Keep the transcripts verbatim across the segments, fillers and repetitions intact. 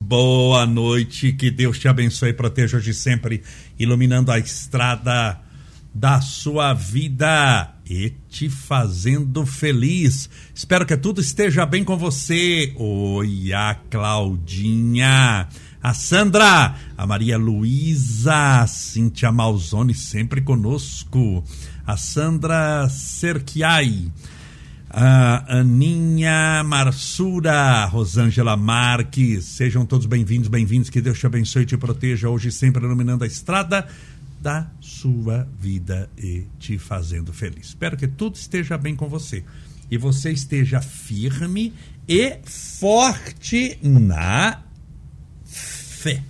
boa noite, que Deus te abençoe e proteja hoje sempre, iluminando a estrada da sua vida e te fazendo feliz. Espero que tudo esteja bem com você. Oi, a Claudinha, a Sandra, a Maria Luísa, a Cíntia Malzone sempre conosco, a Sandra Cerchiai, a Aninha Marsura, a Rosângela Marques, sejam todos bem-vindos, bem-vindos, que Deus te abençoe e te proteja hoje sempre, iluminando a estrada da sua vida e te fazendo feliz. Espero que tudo esteja bem com você e você esteja firme e forte na fé.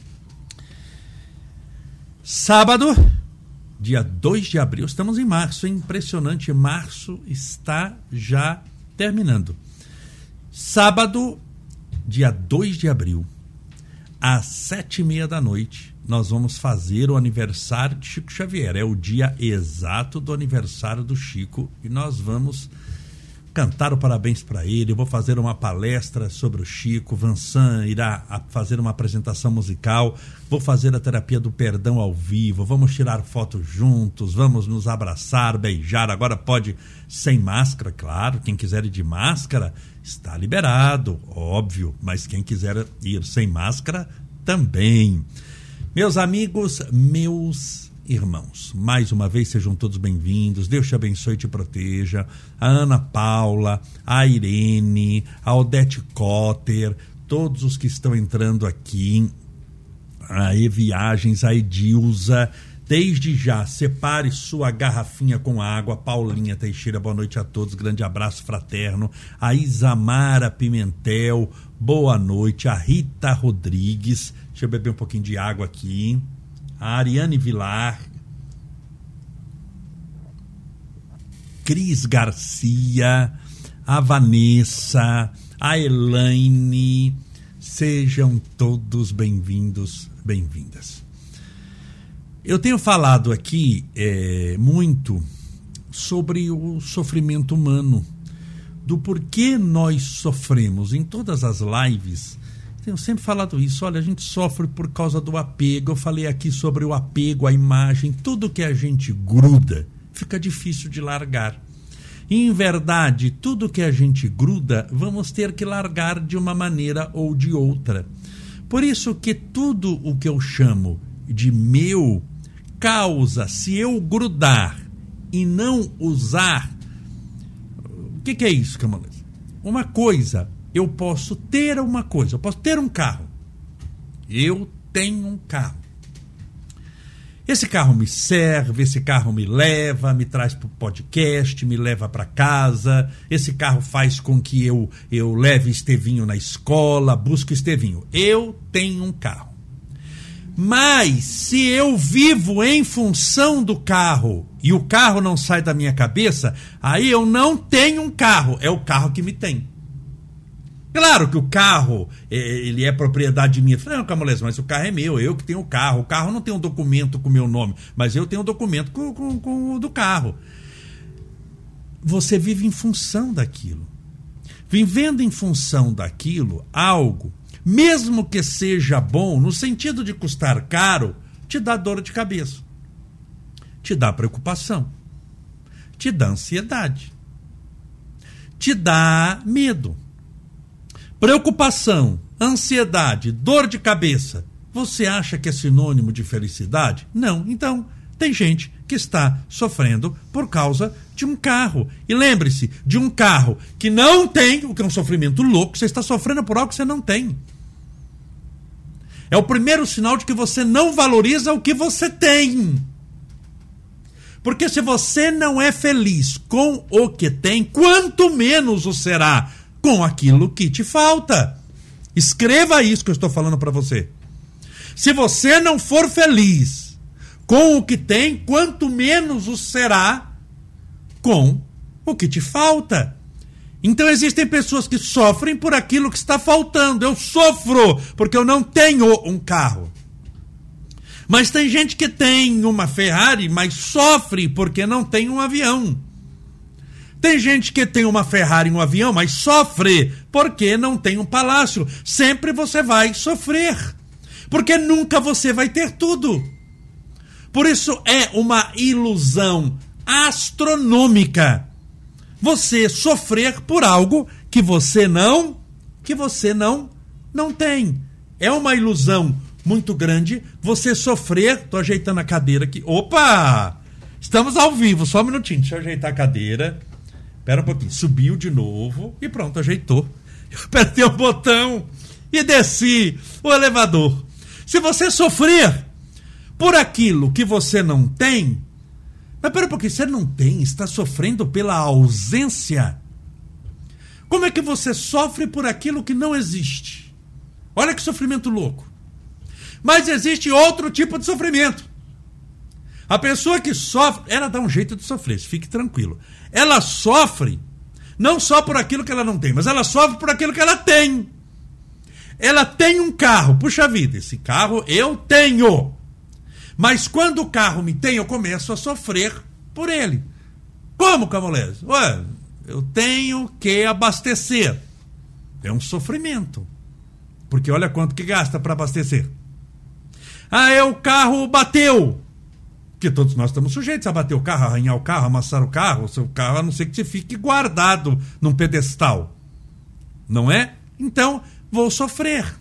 Sábado, dia dois de abril, estamos em março, hein? Impressionante, março está já terminando. Sábado, dia dois de abril, às sete e meia da noite, nós vamos fazer o aniversário de Chico Xavier. É o dia exato do aniversário do Chico e nós vamos cantar o parabéns para ele. Eu vou fazer uma palestra sobre o Chico. Vansan irá fazer uma apresentação musical. Vou fazer a terapia do perdão ao vivo. Vamos tirar fotos juntos. Vamos nos abraçar, beijar. Agora pode sem máscara, claro. Quem quiser ir de máscara está liberado, óbvio. Mas quem quiser ir sem máscara também. Meus amigos, meus irmãos, mais uma vez sejam todos bem-vindos, Deus te abençoe e te proteja. A Ana Paula, a Irene, a Odete Cotter, todos os que estão entrando aqui, a E Viagens, a Edilza, desde já, separe sua garrafinha com água. Paulinha Teixeira, boa noite a todos, grande abraço fraterno. A Isamara Pimentel, boa noite. A Rita Rodrigues, deixa eu beber um pouquinho de água aqui. A Ariane Vilar, Cris Garcia, a Vanessa, a Elaine, sejam todos bem-vindos, bem-vindas. Eu tenho falado aqui é, muito sobre o sofrimento humano, do porquê nós sofremos. Em todas as lives, tenho sempre falado isso. Olha, a gente sofre por causa do apego. Eu falei aqui sobre o apego à imagem. Tudo que a gente gruda fica difícil de largar. E, em verdade, tudo que a gente gruda, vamos ter que largar de uma maneira ou de outra. Por isso que tudo o que eu chamo de meu causa, se eu grudar e não usar, o que, que é isso, Camolês? Uma coisa, eu posso ter uma coisa, eu posso ter um carro. Eu tenho um carro. Esse carro me serve, esse carro me leva, me traz para o podcast, me leva para casa. Esse carro faz com que eu, eu leve Estevinho na escola, busque Estevinho. Eu tenho um carro. Mas se eu vivo em função do carro e o carro não sai da minha cabeça, aí eu não tenho um carro, é o carro que me tem. Claro que o carro, ele é propriedade minha. Não, Camolés, mas o carro é meu, eu que tenho o carro. O carro não tem um documento com o meu nome, mas eu tenho um documento com, com, com o do carro. Você vive em função daquilo. Vivendo em função daquilo, algo, mesmo que seja bom, no sentido de custar caro, te dá dor de cabeça, te dá preocupação, te dá ansiedade, te dá medo. Preocupação, ansiedade, dor de cabeça, você acha que é sinônimo de felicidade? Não. Então, tem gente que está sofrendo por causa de um carro. E lembre-se, de um carro que não tem, o que é um sofrimento louco, você está sofrendo por algo que você não tem. É o primeiro sinal de que você não valoriza o que você tem. Porque se você não é feliz com o que tem, quanto menos o será com aquilo que te falta. Escreva isso que eu estou falando para você. Se você não for feliz com o que tem, quanto menos o será com o que te falta. Então existem pessoas que sofrem por aquilo que está faltando. Eu sofro porque eu não tenho um carro. Mas tem gente que tem uma Ferrari, mas sofre porque não tem um avião. Tem gente que tem uma Ferrari e um avião, mas sofre porque não tem um palácio. Sempre você vai sofrer, porque nunca você vai ter tudo. Por isso é uma ilusão astronômica você sofrer por algo que você não, que você não, não tem. É uma ilusão muito grande você sofrer. Tô ajeitando a cadeira aqui. Opa! Estamos ao vivo, só um minutinho. Deixa eu ajeitar a cadeira. Espera um pouquinho. Subiu de novo e pronto, ajeitou. Eu apertei o botão e desci o elevador. Se você sofrer por aquilo que você não tem, mas pera um pouquinho, você não tem, está sofrendo pela ausência. Como é que você sofre por aquilo que não existe? Olha que sofrimento louco. Mas existe outro tipo de sofrimento. A pessoa que sofre, ela dá um jeito de sofrer, fique tranquilo. Ela sofre não só por aquilo que ela não tem, mas ela sofre por aquilo que ela tem. Ela tem um carro, puxa vida, esse carro eu tenho. Mas quando o carro me tem, eu começo a sofrer por ele. Como, Camolese? Ué, eu tenho que abastecer. É um sofrimento. Porque olha quanto que gasta para abastecer. Ah, é o carro bateu. Porque todos nós estamos sujeitos a bater o carro, arranhar o carro, amassar o carro, o seu carro, a não ser que você fique guardado num pedestal. Não é? Então, vou sofrer.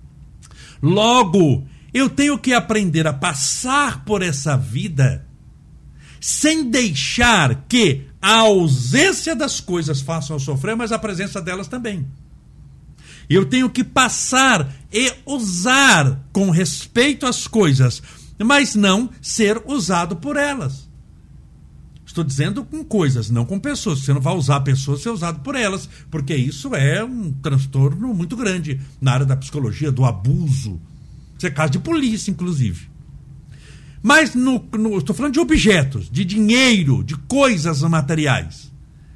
Logo, eu tenho que aprender a passar por essa vida sem deixar que a ausência das coisas façam eu sofrer, mas a presença delas também. Eu tenho que passar e usar com respeito às coisas, mas não ser usado por elas. Estou dizendo com coisas, não com pessoas. Você não vai usar pessoas, ser usado por elas, porque isso é um transtorno muito grande na área da psicologia, do abuso. Isso é caso de polícia, inclusive. Mas no, no, estou falando de objetos, de dinheiro, de coisas materiais.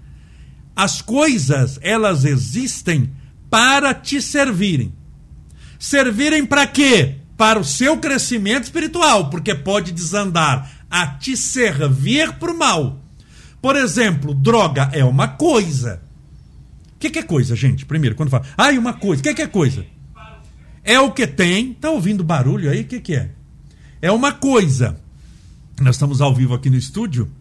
As coisas, elas existem para te servirem. Servirem para quê? Para o seu crescimento espiritual, porque pode desandar a te servir para o mal. Por exemplo, droga é uma coisa. O que, que é coisa, gente? Primeiro, quando fala, ah, uma coisa. O que, que é coisa? É o que tem. Tá ouvindo barulho aí? O que, que é? É uma coisa. Nós estamos ao vivo aqui no estúdio.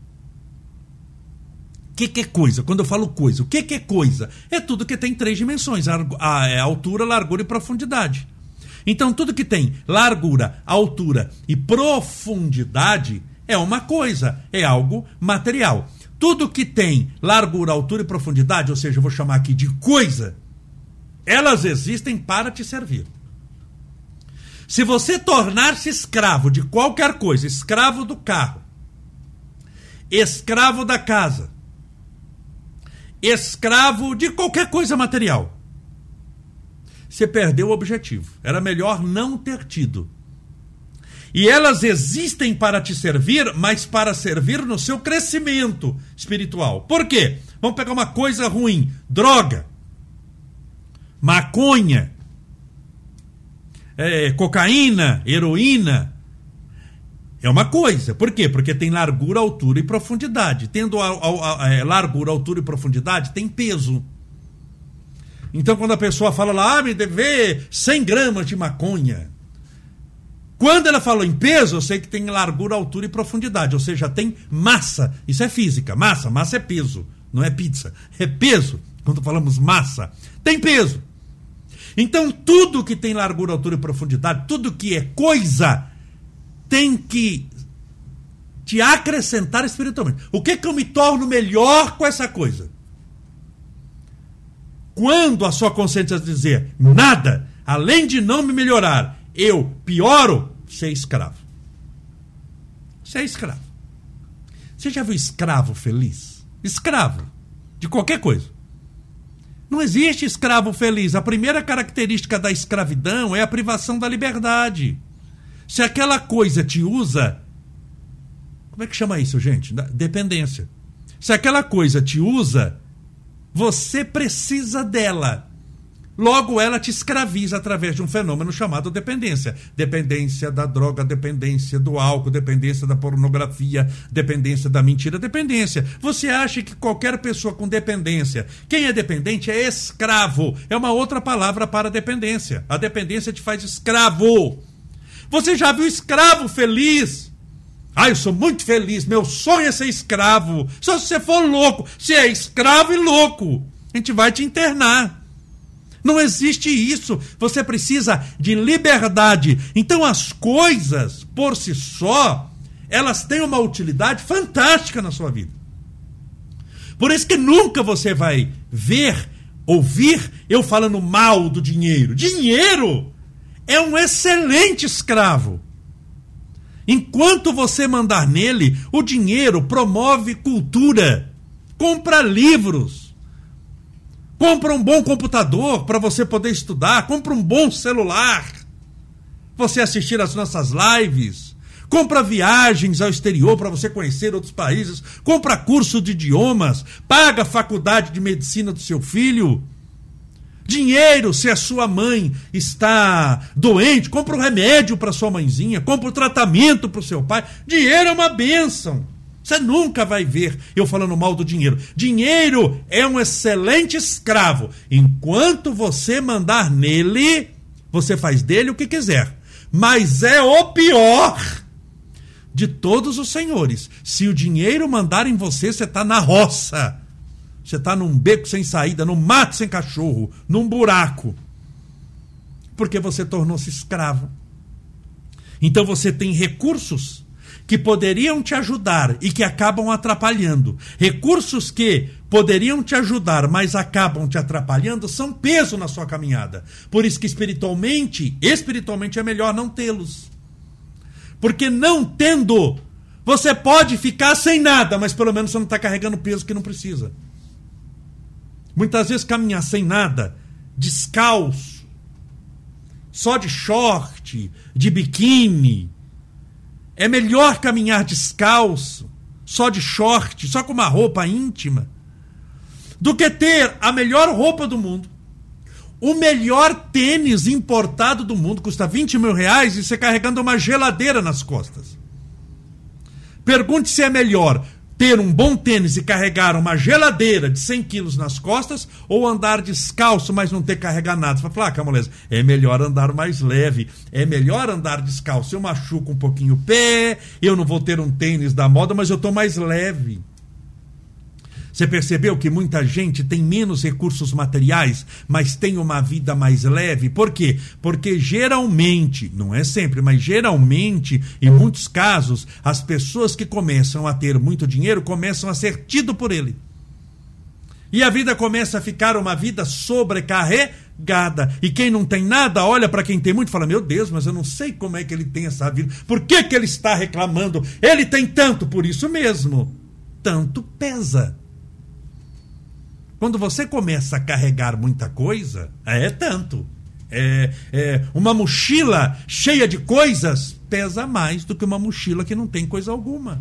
O que, que é coisa? Quando eu falo coisa, o que, que é coisa? É tudo que tem três dimensões: a, a, a altura, largura e profundidade. Então, tudo que tem largura, altura e profundidade é uma coisa, é algo material. Tudo que tem largura, altura e profundidade, ou seja, eu vou chamar aqui de coisa, elas existem para te servir. Se você tornar-se escravo de qualquer coisa, escravo do carro, escravo da casa, escravo de qualquer coisa material, você perdeu o objetivo. Era melhor não ter tido. E elas existem para te servir, mas para servir no seu crescimento espiritual. Por quê? Vamos pegar uma coisa ruim. Droga. Maconha. É, cocaína. Heroína. É uma coisa. Por quê? Porque tem largura, altura e profundidade. Tendo a, a, a, a largura, altura e profundidade, tem peso. Então, quando a pessoa fala lá, ah, me deve cem gramas de maconha. Quando ela falou em peso, eu sei que tem largura, altura e profundidade. Ou seja, tem massa. Isso é física. Massa. Massa é peso. Não é pizza. É peso. Quando falamos massa, tem peso. Então, tudo que tem largura, altura e profundidade, tudo que é coisa, tem que te acrescentar espiritualmente. O que que eu me torno melhor com essa coisa? Quando a sua consciência dizer nada, além de não me melhorar, eu pioro, você é escravo. Você é escravo. Você já viu escravo feliz? Escravo. De qualquer coisa. Não existe escravo feliz. A primeira característica da escravidão é a privação da liberdade. Se aquela coisa te usa... Como é que chama isso, gente? Dependência. Se aquela coisa te usa... Você precisa dela. Logo, ela te escraviza através de um fenômeno chamado dependência. Dependência da droga, dependência do álcool, dependência da pornografia, dependência da mentira, dependência. Você acha que qualquer pessoa com dependência, quem é dependente é escravo. É uma outra palavra para dependência. A dependência te faz escravo. Você já viu escravo feliz? Ah, eu sou muito feliz, meu sonho é ser escravo. Só se você for louco. Se é escravo e louco, a gente vai te internar. Não existe isso. Você precisa de liberdade. Então as coisas, por si só, elas têm uma utilidade fantástica na sua vida. Por isso que nunca você vai ver, ouvir eu falando mal do dinheiro. Dinheiro é um excelente escravo. Enquanto você mandar nele, o dinheiro promove cultura, compra livros, compra um bom computador para você poder estudar, compra um bom celular, você assistir às nossas lives, compra viagens ao exterior para você conhecer outros países, compra curso de idiomas, paga a faculdade de medicina do seu filho. Dinheiro, se a sua mãe está doente, compra um remédio para sua mãezinha, compra um tratamento para o seu pai. Dinheiro é uma bênção. Você nunca vai ver eu falando mal do dinheiro. Dinheiro é um excelente escravo. Enquanto você mandar nele, você faz dele o que quiser. Mas é o pior de todos os senhores. Se o dinheiro mandar em você, você está na roça. Você está num beco sem saída, num mato sem cachorro, num buraco. Porque você tornou-se escravo. Então você tem recursos que poderiam te ajudar e que acabam atrapalhando. Recursos que poderiam te ajudar, mas acabam te atrapalhando, são peso na sua caminhada. Por isso que espiritualmente, espiritualmente é melhor não tê-los. Porque não tendo, você pode ficar sem nada, mas pelo menos você não está carregando peso que não precisa. Muitas vezes caminhar sem nada, descalço, só de short, de biquíni, é melhor caminhar descalço, só de short, só com uma roupa íntima, do que ter a melhor roupa do mundo, o melhor tênis importado do mundo, custa vinte mil reais, e você carregando uma geladeira nas costas. Pergunte se é melhor ter um bom tênis e carregar uma geladeira de cem quilos nas costas, ou andar descalço, mas não ter que carregar nada. Você vai falar, ah, Camolese, é melhor andar mais leve, é melhor andar descalço. Eu machuco um pouquinho o pé, eu não vou ter um tênis da moda, mas eu estou mais leve. Você percebeu que muita gente tem menos recursos materiais, mas tem uma vida mais leve? Por quê? Porque geralmente, não é sempre, mas geralmente, em muitos casos, as pessoas que começam a ter muito dinheiro começam a ser tido por ele. E a vida começa a ficar uma vida sobrecarregada. E quem não tem nada, olha para quem tem muito e fala, meu Deus, mas eu não sei como é que ele tem essa vida. Por que que ele está reclamando? Ele tem tanto, por isso mesmo. Tanto pesa. Quando você começa a carregar muita coisa, é tanto. É, é, uma mochila cheia de coisas pesa mais do que uma mochila que não tem coisa alguma.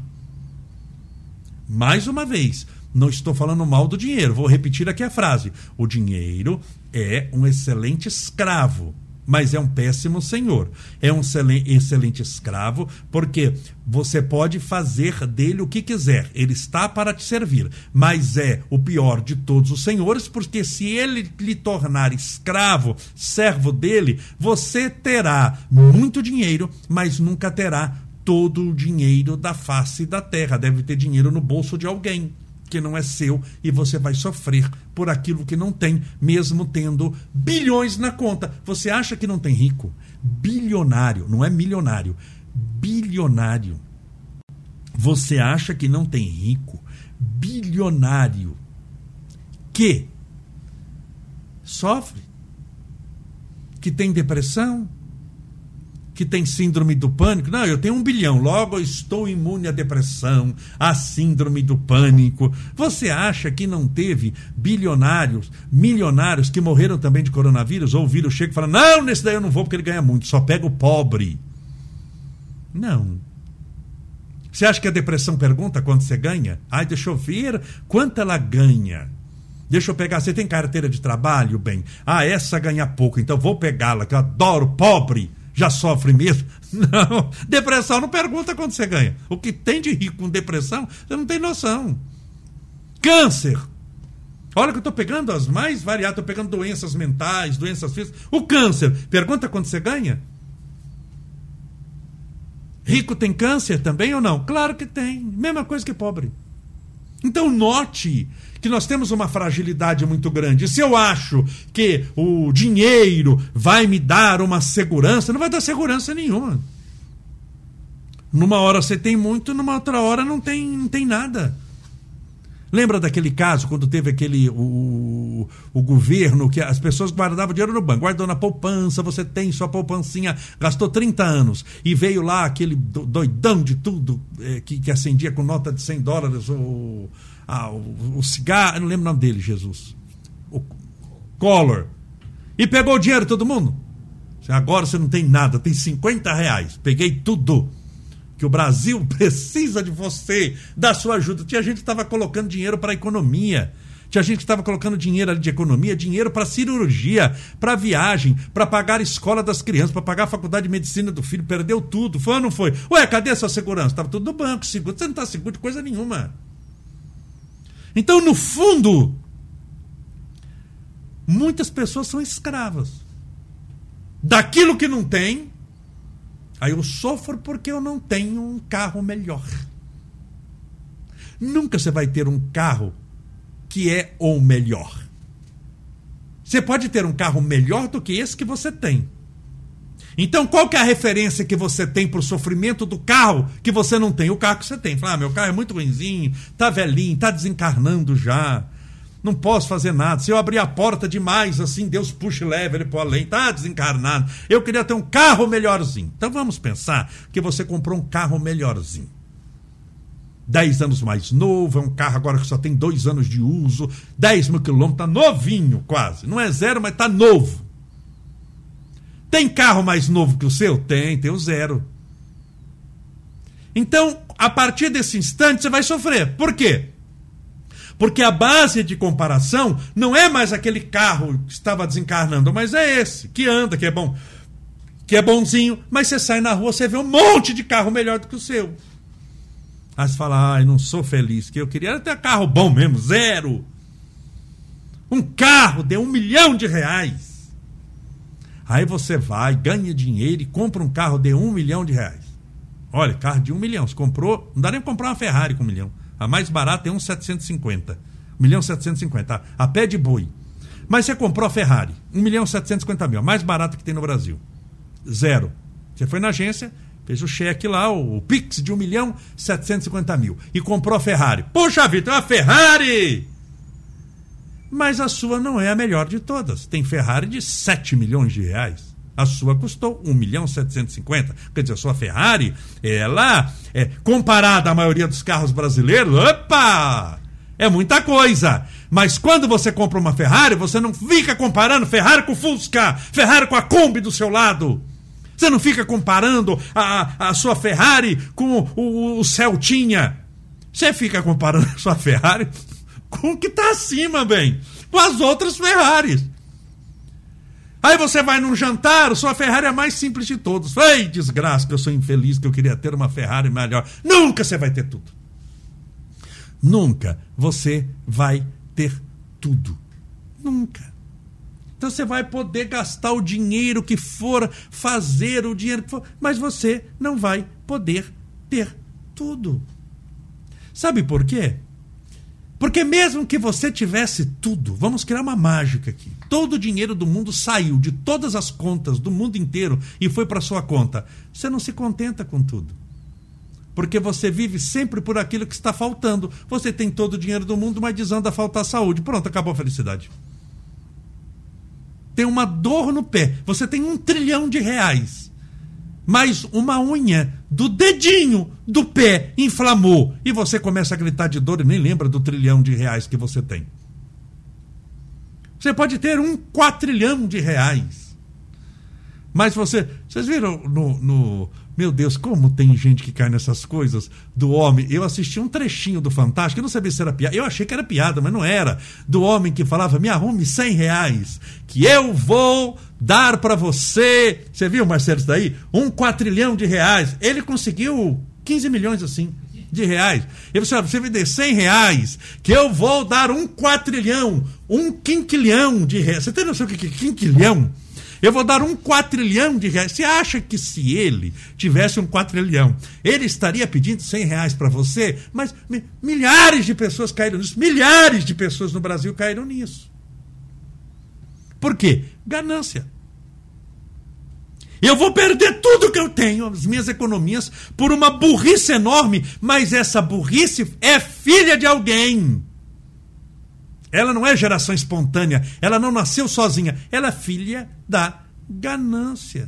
Mais uma vez, não estou falando mal do dinheiro. Vou repetir aqui a frase. O dinheiro é um excelente escravo, mas é um péssimo senhor. É um excelente escravo porque você pode fazer dele o que quiser. Ele está para te servir. Mas é o pior de todos os senhores, porque se ele lhe tornar escravo, servo dele, você terá muito dinheiro, mas nunca terá todo o dinheiro da face da terra. Deve ter dinheiro no bolso de alguém que não é seu, e você vai sofrer por aquilo que não tem, mesmo tendo bilhões na conta. Você acha que não tem rico? Bilionário, não é milionário, bilionário. Você acha que não tem rico? Bilionário que sofre, que tem depressão, que tem síndrome do pânico. Não, eu tenho um bilhão, logo eu estou imune à depressão, à síndrome do pânico. Você acha que não teve bilionários, milionários que morreram também de coronavírus? Ou o vírus chega e fala, não, nesse daí eu não vou porque ele ganha muito, só pega o pobre. Não. Você acha que a depressão pergunta quanto você ganha? Ai, deixa eu ver quanto ela ganha. Deixa eu pegar, você tem carteira de trabalho, bem? Ah, essa ganha pouco, então vou pegá-la, que eu adoro, pobre, já sofre mesmo. Não, depressão não pergunta quanto você ganha. O que tem de rico com depressão, você não tem noção. Câncer. Olha que eu estou pegando as mais variadas, estou pegando doenças mentais, doenças físicas. O câncer, pergunta quanto você ganha? Rico tem câncer também ou não? Claro que tem, mesma coisa que pobre. Então note que nós temos uma fragilidade muito grande. Se eu acho que o dinheiro vai me dar uma segurança, não vai dar segurança nenhuma. Numa hora você tem muito, numa outra hora não tem, não tem nada. Lembra daquele caso, quando teve aquele, o, o governo, que as pessoas guardavam dinheiro no banco, guardou na poupança, você tem sua poupancinha, gastou trinta anos, e veio lá aquele doidão de tudo, é, que, que acendia com nota de cem dólares, o, ah, o, o cigarro, eu não lembro o nome dele, Jesus, o Collor, e pegou o dinheiro todo mundo. Agora você não tem nada, tem cinquenta reais, peguei tudo. Que o Brasil precisa de você, da sua ajuda. Tinha gente que estava colocando dinheiro para a economia. Tinha gente que estava colocando dinheiro ali de economia, dinheiro para cirurgia, para viagem, para pagar a escola das crianças, para pagar a faculdade de medicina do filho. Perdeu tudo. Foi ou não foi? Ué, cadê a sua segurança? Estava tudo no banco, seguro. Você não está seguro de coisa nenhuma. Então, no fundo, muitas pessoas são escravas daquilo que não tem. Aí eu sofro porque eu não tenho um carro melhor. Nunca você vai ter um carro que é o melhor. Você pode ter um carro melhor do que esse que você tem. Então qual que é a referência que você tem para o sofrimento do carro que você não tem? O carro que você tem. Fala, ah, meu carro é muito ruinzinho, tá velhinho, tá desencarnando já. Não posso fazer nada. Se eu abrir a porta demais, assim, Deus puxa e leva ele para o além. Está desencarnado. Eu queria ter um carro melhorzinho. Então vamos pensar que você comprou um carro melhorzinho. Dez anos mais novo, é um carro agora que só tem dois anos de uso, dez mil quilômetros, está novinho quase. Não é zero, mas está novo. Tem carro mais novo que o seu? Tem, tem o zero. Então, a partir desse instante, você vai sofrer. Por quê? Porque a base de comparação não é mais aquele carro que estava desencarnando, mas é esse, que anda, que é bom, que é bonzinho, mas você sai na rua, você vê um monte de carro melhor do que o seu. Aí você fala, ai, não sou feliz, que eu queria ter carro bom mesmo, zero. Um carro de um milhão de reais. Aí você vai, ganha dinheiro e compra um carro de um milhão de reais. Olha, carro de um milhão, você comprou, não dá nem pra comprar uma Ferrari com um milhão. A mais barata é um milhão setecentos e cinquenta. um milhão setecentos e cinquenta. A pé de boi. Mas você comprou a Ferrari. um milhão setecentos e cinquenta mil. A mais barata que tem no Brasil. Zero. Você foi na agência, fez o cheque lá, o, o Pix de um milhão setecentos e cinquenta mil. E comprou a Ferrari. Poxa vida, é uma Ferrari! Mas a sua não é a melhor de todas. Tem Ferrari de sete milhões de reais. A sua custou um milhão setecentos e cinquenta. Quer dizer, a sua Ferrari, ela, é, comparada à maioria dos carros brasileiros, opa, é muita coisa. Mas quando você compra uma Ferrari, você não fica comparando Ferrari com o Fusca, Ferrari com a Kombi do seu lado. Você não fica comparando a, a sua Ferrari com o, o, o Celtinha. Você fica comparando a sua Ferrari com o que está acima, bem, com as outras Ferraris. Aí você vai num jantar, sua Ferrari é a mais simples de todos. Ei, desgraça, que eu sou infeliz, que eu queria ter uma Ferrari melhor. Nunca você vai ter tudo. Nunca você vai ter tudo. Nunca. Então você vai poder gastar o dinheiro que for, fazer o dinheiro que for, mas você não vai poder ter tudo. Sabe por quê? Porque mesmo que você tivesse tudo, vamos criar uma mágica aqui. Todo o dinheiro do mundo saiu de todas as contas do mundo inteiro e foi para sua conta. Você não se contenta com tudo. Porque você vive sempre por aquilo que está faltando. Você tem todo o dinheiro do mundo, mas desanda faltar saúde. Pronto, acabou a felicidade. Tem uma dor no pé. Você tem um trilhão de reais. Mas uma unha do dedinho do pé inflamou. E você começa a gritar de dor e nem lembra do trilhão de reais que você tem. Você pode ter um quatrilhão de reais. Mas você, vocês viram no, no... Meu Deus, como tem gente que cai nessas coisas do homem. Eu assisti um trechinho do Fantástico, eu não sabia se era piada. Eu achei que era piada, mas não era. Do homem que falava, me arrume cem reais, que eu vou dar para você. Você viu, Marcelo, isso daí? Um quatrilhão de reais. Ele conseguiu quinze milhões assim, de reais. Ele falou, você me dê cem reais, que eu vou dar um quatrilhão, um quinquilhão de reais. Você tem noção do que é quinquilhão? Eu vou dar um quatrilhão de reais. Você acha que se ele tivesse um quatrilhão, ele estaria pedindo cem reais para você? Mas milhares de pessoas caíram nisso. Milhares de pessoas no Brasil caíram nisso. Por quê? Ganância. Eu vou perder tudo que eu tenho, as minhas economias, por uma burrice enorme, mas essa burrice é filha de alguém. Ela não é geração espontânea, ela não nasceu sozinha, ela é filha da ganância.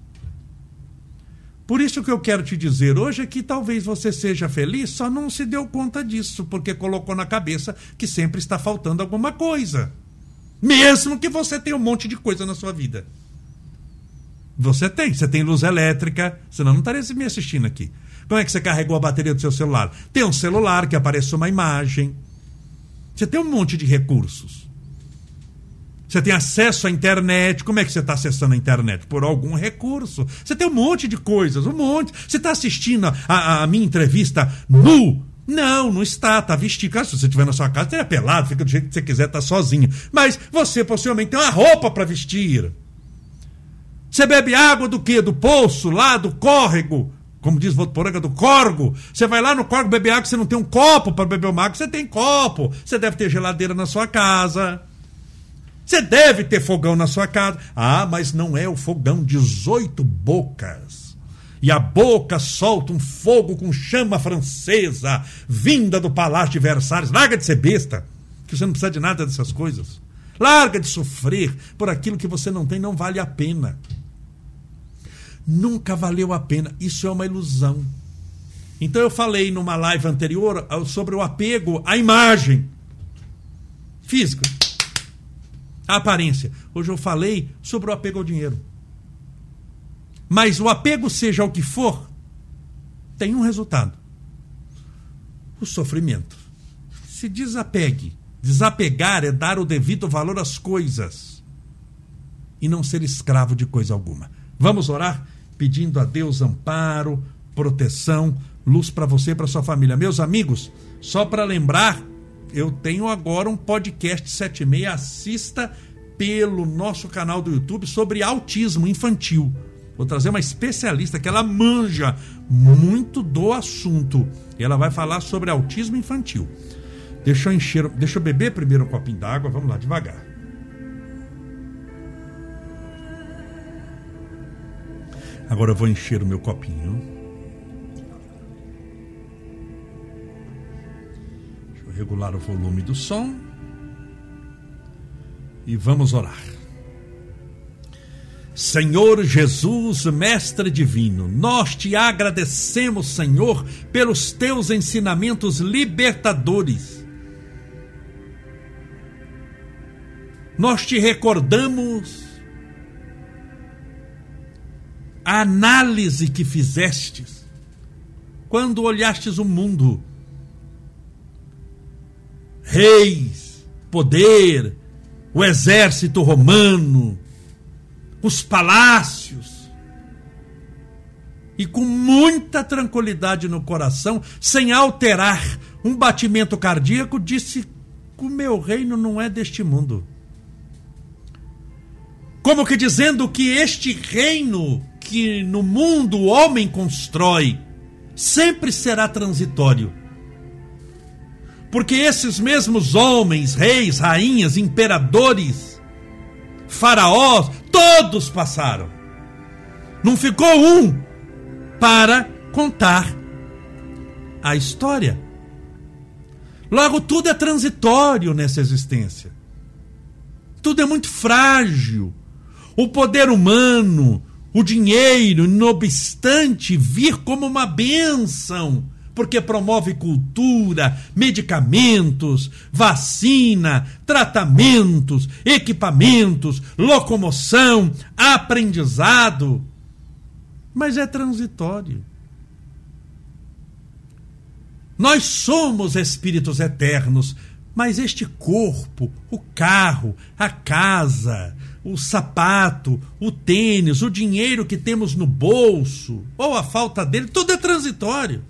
Por isso que eu quero te dizer hoje é que talvez você seja feliz, só não se deu conta disso, porque colocou na cabeça que sempre está faltando alguma coisa. Mesmo que você tenha um monte de coisa na sua vida. Você tem, você tem luz elétrica, senão não estaria me assistindo aqui. Como é que você carregou a bateria do seu celular? Tem um celular que aparece uma imagem. Você tem um monte de recursos. Você tem acesso à internet. Como é que você está acessando a internet? Por algum recurso. Você tem um monte de coisas, um monte. Você está assistindo a, a, a minha entrevista nu? Não, não está, está vestido. Claro, se você estiver na sua casa, esteja pelado, fica do jeito que você quiser, está sozinho. Mas você possivelmente tem uma roupa para vestir. Você bebe água do quê? Do poço, lá do córrego. Como diz Votuporanga, do corgo. Você vai lá no corgo beber água, você não tem um copo para beber uma água, você tem copo. Você deve ter geladeira na sua casa. Você deve ter fogão na sua casa. Ah, mas não é o fogão, dezoito bocas. E a boca solta um fogo com chama francesa, vinda do Palácio de Versalhes. Larga de ser besta, que você não precisa de nada dessas coisas. Larga de sofrer por aquilo que você não tem, não vale a pena. Nunca valeu a pena. Isso é uma ilusão. Então eu falei numa live anterior sobre o apego à imagem física, à aparência. Hoje eu falei sobre o apego ao dinheiro. Mas o apego, seja o que for, tem um resultado: o sofrimento. Se desapegue. Desapegar é dar o devido valor às coisas e não ser escravo de coisa alguma. Vamos orar pedindo a Deus amparo, proteção, luz para você e para sua família. Meus amigos, só para lembrar, eu tenho agora um podcast sete e meia, assista pelo nosso canal do YouTube sobre autismo infantil. Vou trazer uma especialista que ela manja muito do assunto e ela vai falar sobre autismo infantil. Deixa eu encher, deixa eu beber primeiro um copinho d'água, vamos lá, devagar. Agora eu vou encher o meu copinho. Deixa eu regular o volume do som. E vamos orar. Senhor Jesus, Mestre Divino, nós te agradecemos, Senhor, pelos teus ensinamentos libertadores. Nós te recordamos a análise que fizestes quando olhastes o mundo. Reis, poder, o exército romano, os palácios, e com muita tranquilidade no coração, sem alterar um batimento cardíaco, disse que o meu reino não é deste mundo. Como que dizendo que este reino que no mundo o homem constrói sempre será transitório. Porque esses mesmos homens, reis, rainhas, imperadores, faraós, todos passaram. Não ficou um para contar a história. Logo, tudo é transitório nessa existência. Tudo é muito frágil. O poder humano, o dinheiro, não obstante vir como uma bênção porque promove cultura, medicamentos, vacina, tratamentos, equipamentos, locomoção, aprendizado, mas é transitório. Nós somos espíritos eternos, mas este corpo, o carro, a casa, o sapato, o tênis, o dinheiro que temos no bolso, ou a falta dele, tudo é transitório.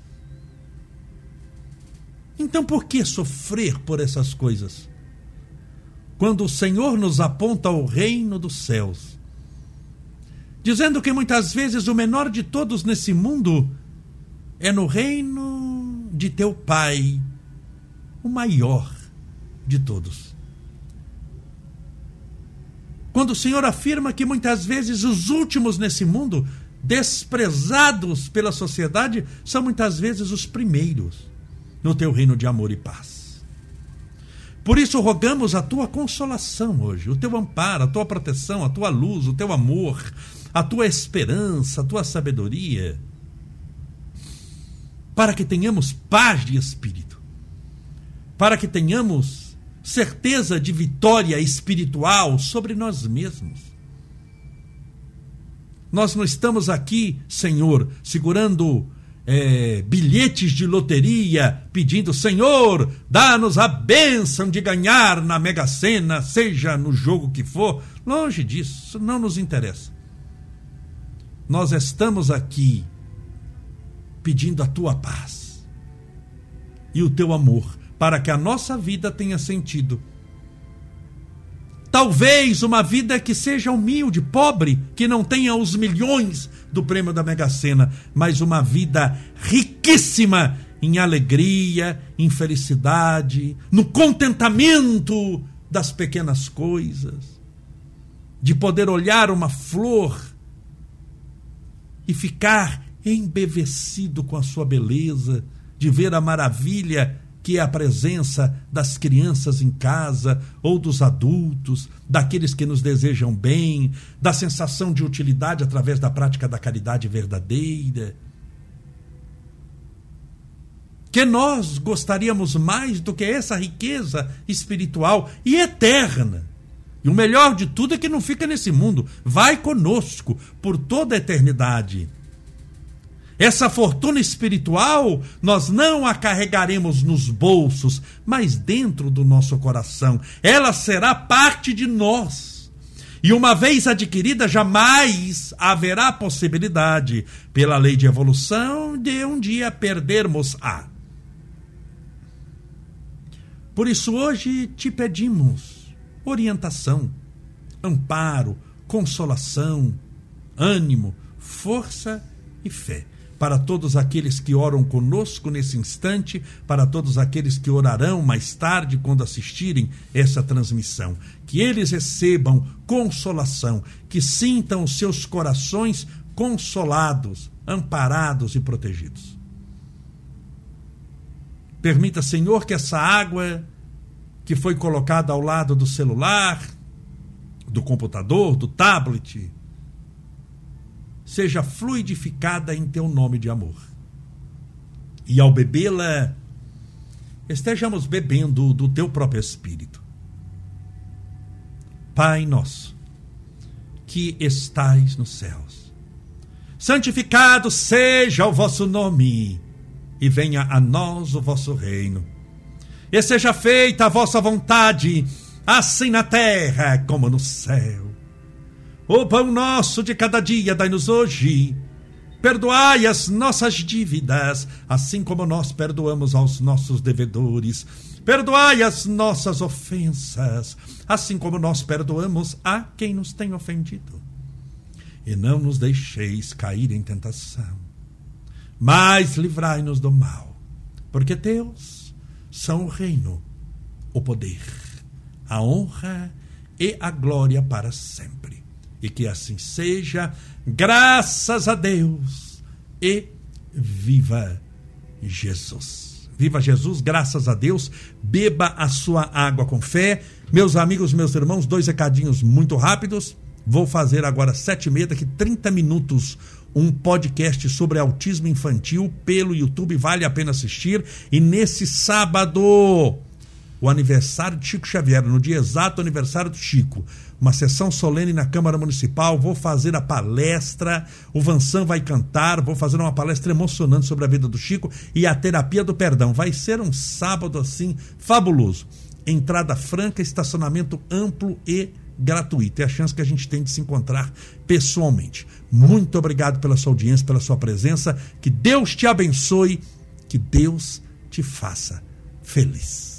Então por que sofrer por essas coisas? Quando o Senhor nos aponta ao reino dos céus, dizendo que muitas vezes o menor de todos nesse mundo é no reino de teu Pai, o maior de todos. Quando o Senhor afirma que muitas vezes os últimos nesse mundo, desprezados pela sociedade, são muitas vezes os primeiros no teu reino de amor e paz. Por isso rogamos a tua consolação hoje, o teu amparo, a tua proteção, a tua luz, o teu amor, a tua esperança, a tua sabedoria, para que tenhamos paz de espírito, para que tenhamos certeza de vitória espiritual sobre nós mesmos. Nós não estamos aqui, Senhor, segurando é, bilhetes de loteria, pedindo, Senhor, dá-nos a bênção de ganhar na Mega Sena, seja no jogo que for. Longe disso, isso não nos interessa. Nós estamos aqui pedindo a tua paz e o teu amor, para que a nossa vida tenha sentido. Talvez uma vida que seja humilde, pobre, que não tenha os milhões do prêmio da Mega Sena, mas uma vida riquíssima em alegria, em felicidade, no contentamento das pequenas coisas, de poder olhar uma flor e ficar embevecido com a sua beleza, de ver a maravilha que é a presença das crianças em casa, ou dos adultos, daqueles que nos desejam bem, da sensação de utilidade através da prática da caridade verdadeira. Que nós gostaríamos mais do que essa riqueza espiritual e eterna. E o melhor de tudo é que não fica nesse mundo, vai conosco por toda a eternidade. Essa fortuna espiritual nós não a carregaremos nos bolsos, mas dentro do nosso coração. Ela será parte de nós. E uma vez adquirida, jamais haverá possibilidade, pela lei de evolução, de um dia perdermos-a. Por isso hoje te pedimos orientação, amparo, consolação, ânimo, força e fé. Para todos aqueles que oram conosco nesse instante, para todos aqueles que orarão mais tarde quando assistirem essa transmissão, que eles recebam consolação, que sintam os seus corações consolados, amparados e protegidos. Permita, Senhor, que essa água que foi colocada ao lado do celular, do computador, do tablet, seja fluidificada em teu nome de amor. E ao bebê-la, estejamos bebendo do teu próprio Espírito. Pai nosso, que estais nos céus, santificado seja o vosso nome, e venha a nós o vosso reino. E seja feita a vossa vontade, assim na terra como no céu. O pão nosso de cada dia dai-nos hoje. Perdoai as nossas dívidas, assim como nós perdoamos aos nossos devedores. Perdoai as nossas ofensas, assim como nós perdoamos a quem nos tem ofendido. E não nos deixeis cair em tentação, mas livrai-nos do mal. Porque teus são o reino, o poder, a honra e a glória para sempre. E que assim seja, graças a Deus, e viva Jesus. Viva Jesus, graças a Deus. Beba a sua água com fé. Meus amigos, meus irmãos, dois recadinhos muito rápidos. Vou fazer agora sete e meia, daqui trinta minutos, um podcast sobre autismo infantil pelo YouTube, vale a pena assistir. E nesse sábado, o aniversário de Chico Xavier, no dia exato do aniversário do Chico, uma sessão solene na Câmara Municipal, vou fazer a palestra, o Vansan vai cantar, vou fazer uma palestra emocionante sobre a vida do Chico e a terapia do perdão. Vai ser um sábado assim fabuloso. Entrada franca, estacionamento amplo e gratuito. É a chance que a gente tem de se encontrar pessoalmente. Muito obrigado pela sua audiência, pela sua presença. Que Deus te abençoe, que Deus te faça feliz.